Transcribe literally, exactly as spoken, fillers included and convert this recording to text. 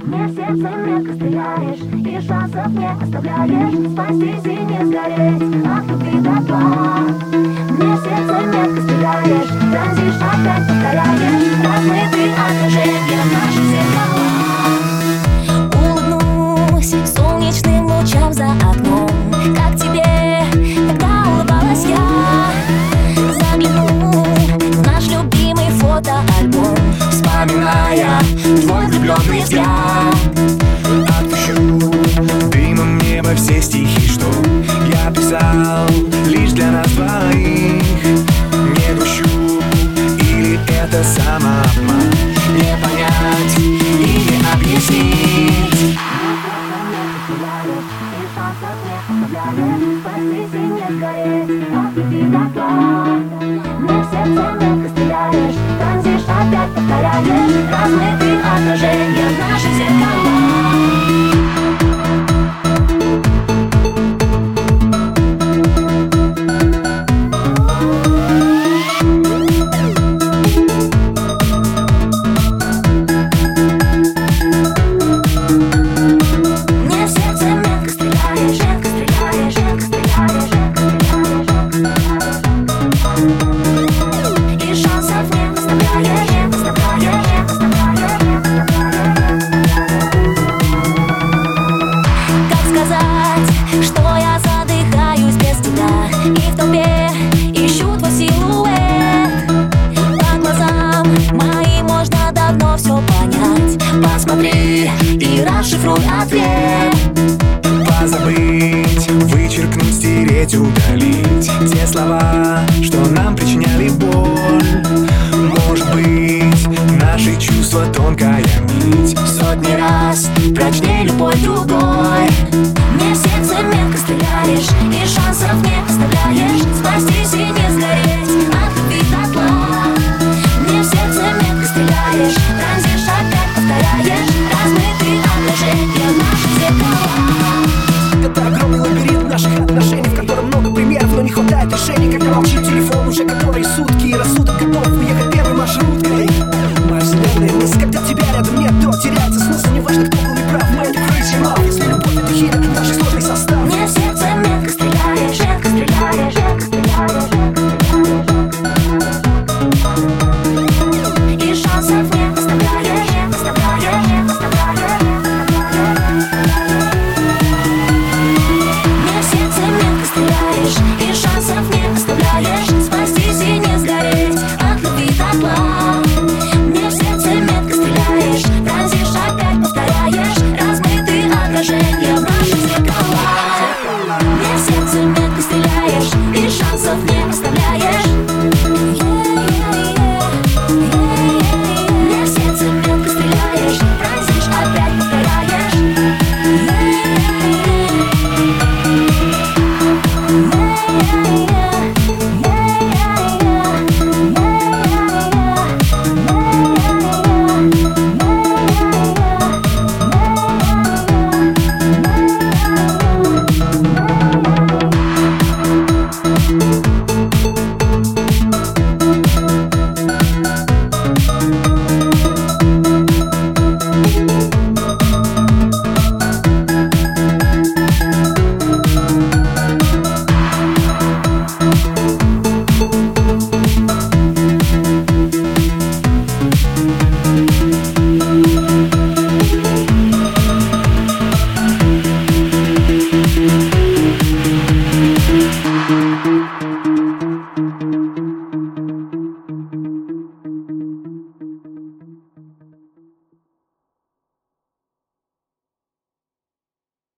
Мне в сердце метко стреляешь, и шансов не оставляешь. Спастись и не сгореть от любви дотла. Мне в сердце метко стреляешь, пронзишь, опять повторяешь. Размытые отражения наших зеркала. Улыбнусь солнечным лучам за окном, как тебе тогда улыбалась я. Загляну в наш любимый фотоальбом, вспоминая твой влюбленный взгляд. Отпущу дымом неба все стихи, что я писал лишь для нас двоих. Не грущу, или это самообман, не понять и не объяснить. Спастись и не сгореть от любви дотла. Мне в сердце метко стреляешь, пронзишь, опять повторяешь. Размытые отражения наших зеркала. что я задыхаюсь без тебя, и в толпе ищу твой силуэт. По глазам моим можно давно все понять. Посмотри и расшифруй ответ. Позабыть, вычеркнуть, стереть, удалить те слова, что нам причиняли боль. Может быть, наши чувства тонкая нить, сотни раз прочней любой другой. Мне в сердце метко стреляешь, и шансов нет.